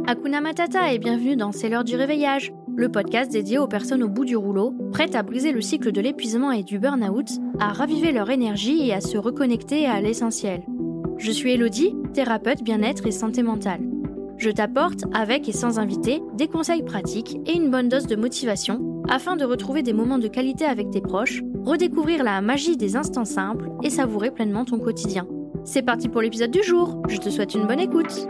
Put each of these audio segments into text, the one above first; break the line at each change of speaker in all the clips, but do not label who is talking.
Hakuna Matata et bienvenue dans C'est l'heure du réveillage, le podcast dédié aux personnes au bout du rouleau, prêtes à briser le cycle de l'épuisement et du burn-out, à raviver leur énergie et à se reconnecter à l'essentiel. Je suis Elodie, thérapeute bien-être et santé mentale. Je t'apporte, avec et sans invité, des conseils pratiques et une bonne dose de motivation afin de retrouver des moments de qualité avec tes proches, redécouvrir la magie des instants simples et savourer pleinement ton quotidien. C'est parti pour l'épisode du jour, je te souhaite une bonne écoute.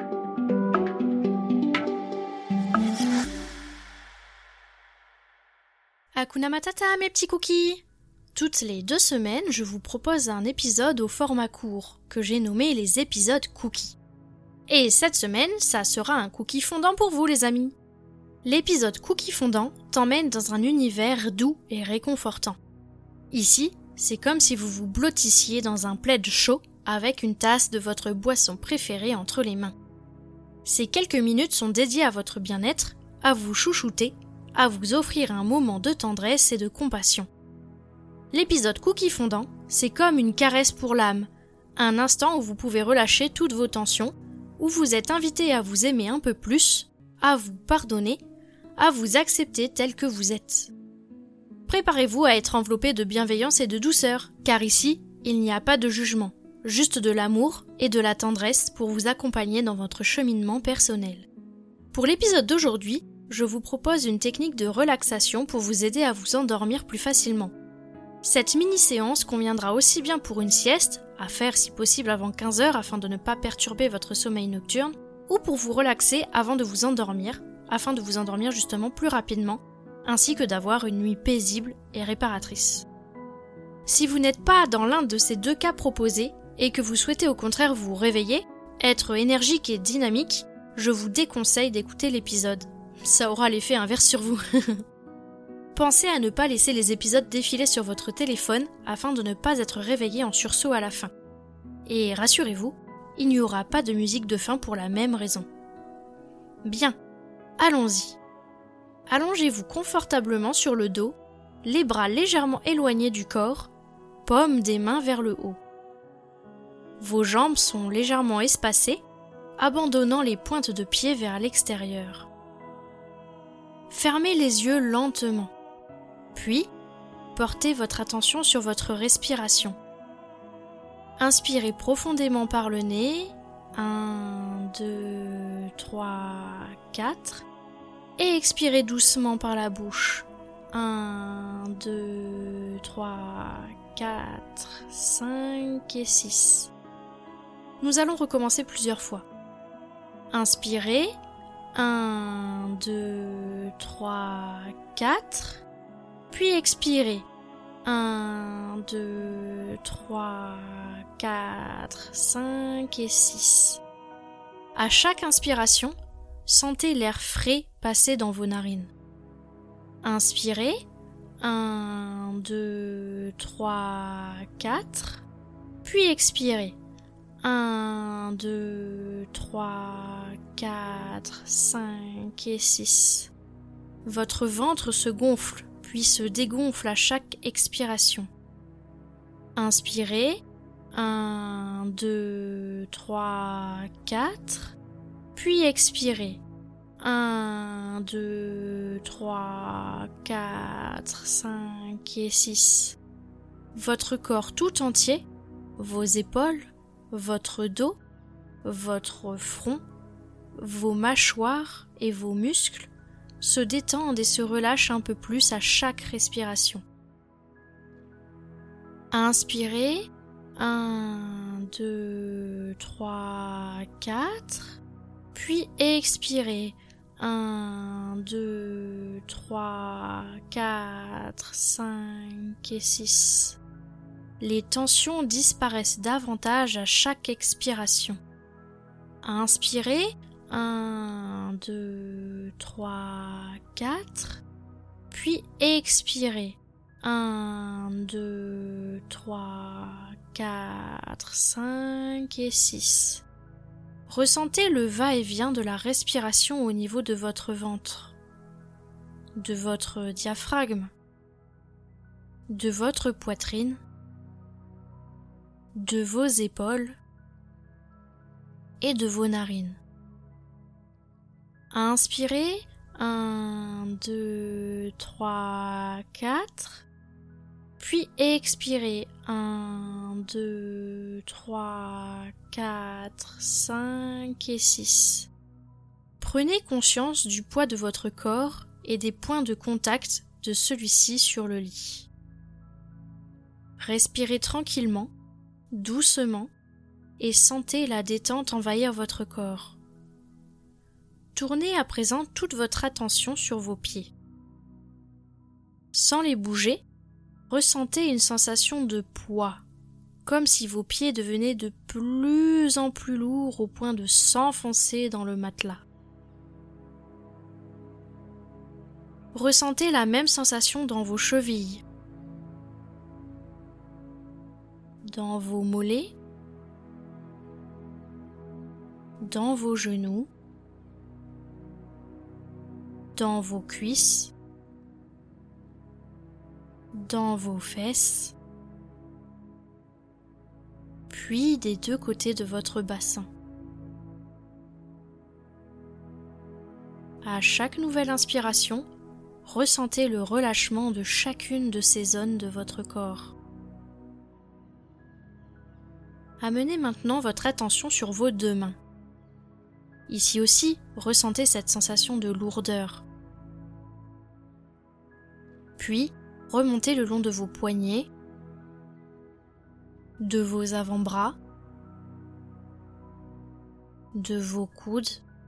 Hakuna Matata, mes petits cookies! Toutes les 2 semaines, je vous propose un épisode au format court, que j'ai nommé les épisodes cookies. Et cette semaine, ça sera un cookie fondant pour vous, les amis. L'épisode cookie fondant t'emmène dans un univers doux et réconfortant. Ici, c'est comme si vous vous blottissiez dans un plaid chaud avec une tasse de votre boisson préférée entre les mains. Ces quelques minutes sont dédiées à votre bien-être, à vous chouchouter, à vous offrir un moment de tendresse et de compassion. L'épisode cookie fondant, c'est comme une caresse pour l'âme, un instant où vous pouvez relâcher toutes vos tensions, où vous êtes invité à vous aimer un peu plus, à vous pardonner, à vous accepter tel que vous êtes. Préparez-vous à être enveloppé de bienveillance et de douceur, car ici, il n'y a pas de jugement, juste de l'amour et de la tendresse pour vous accompagner dans votre cheminement personnel. Pour l'épisode d'aujourd'hui, je vous propose une technique de relaxation pour vous aider à vous endormir plus facilement. Cette mini-séance conviendra aussi bien pour une sieste, à faire si possible avant 15h afin de ne pas perturber votre sommeil nocturne, ou pour vous relaxer avant de vous endormir, afin de vous endormir justement plus rapidement, ainsi que d'avoir une nuit paisible et réparatrice. Si vous n'êtes pas dans l'un de ces 2 cas proposés, et que vous souhaitez au contraire vous réveiller, être énergique et dynamique, je vous déconseille d'écouter l'épisode. Ça aura l'effet inverse sur vous. Pensez à ne pas laisser les épisodes défiler sur votre téléphone afin de ne pas être réveillé en sursaut à la fin. Et rassurez-vous, il n'y aura pas de musique de fin pour la même raison. Bien, allons-y. Allongez-vous confortablement sur le dos, les bras légèrement éloignés du corps, paumes des mains vers le haut. Vos jambes sont légèrement espacées, abandonnant les pointes de pied vers l'extérieur. Fermez les yeux lentement, puis portez votre attention sur votre respiration. Inspirez profondément par le nez, 1, 2, 3, 4, et expirez doucement par la bouche, 1, 2, 3, 4, 5 et 6. Nous allons recommencer plusieurs fois. Inspirez, 1, 2, 3, 4, puis expirez, 1, 2, 3, 4, 5 et 6. À chaque inspiration, sentez l'air frais passer dans vos narines. Inspirez, 1, 2, 3, 4, puis expirez, 1, 2, 3, 4, 5 et 6. Votre ventre se gonfle, puis se dégonfle à chaque expiration. Inspirez, 1, 2, 3, 4, puis expirez, 1, 2, 3, 4, 5 et 6. Votre corps tout entier, vos épaules, votre dos, votre front, vos mâchoires et vos muscles se détendent et se relâchent un peu plus à chaque respiration. Inspirez, 1, 2, 3, 4, puis expirez, 1, 2, 3, 4, 5 et 6. Les tensions disparaissent davantage à chaque expiration. Inspirez, 1, 2, 3, 4, puis expirez, 1, 2, 3, 4, 5 et 6. Ressentez le va-et-vient de la respiration au niveau de votre ventre, de votre diaphragme, de votre poitrine, de vos épaules et de vos narines. Inspirez, 1, 2, 3, 4. Puis expirez, 1, 2, 3, 4, 5 et 6. Prenez conscience du poids de votre corps et des points de contact de celui-ci sur le lit. Respirez tranquillement, doucement, et sentez la détente envahir votre corps. Tournez à présent toute votre attention sur vos pieds. Sans les bouger, ressentez une sensation de poids, comme si vos pieds devenaient de plus en plus lourds au point de s'enfoncer dans le matelas. Ressentez la même sensation dans vos chevilles, dans vos mollets, dans vos genoux, dans vos cuisses, dans vos fesses, puis des deux côtés de votre bassin. À chaque nouvelle inspiration, ressentez le relâchement de chacune de ces zones de votre corps. Amenez maintenant votre attention sur vos deux mains. Ici aussi, ressentez cette sensation de lourdeur. Puis, remontez le long de vos poignets, de vos avant-bras, de vos coudes,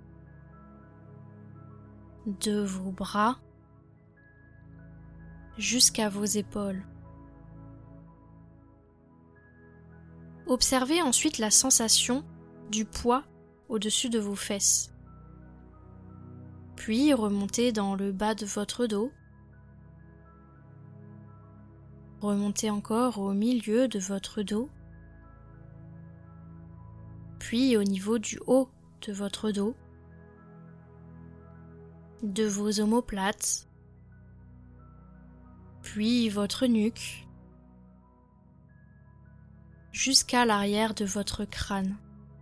de vos bras, jusqu'à vos épaules. Observez ensuite la sensation du poids au-dessus de vos fesses. Puis remontez dans le bas de votre dos. Remontez encore au milieu de votre dos. Puis au niveau du haut de votre dos, de vos omoplates, puis votre nuque, jusqu'à l'arrière de votre crâne.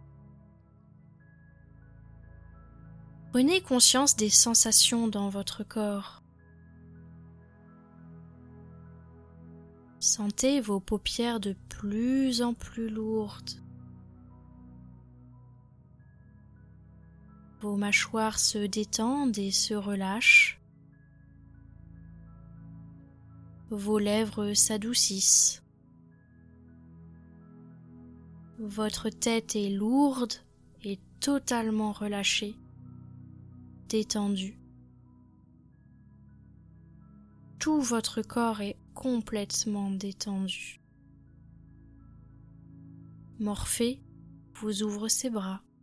Prenez conscience des sensations dans votre corps. Sentez vos paupières de plus en plus lourdes. Vos mâchoires se détendent et se relâchent. Vos lèvres s'adoucissent. Votre tête est lourde et totalement relâchée, détendue. Tout votre corps est complètement détendu. Morphée vous ouvre ses bras.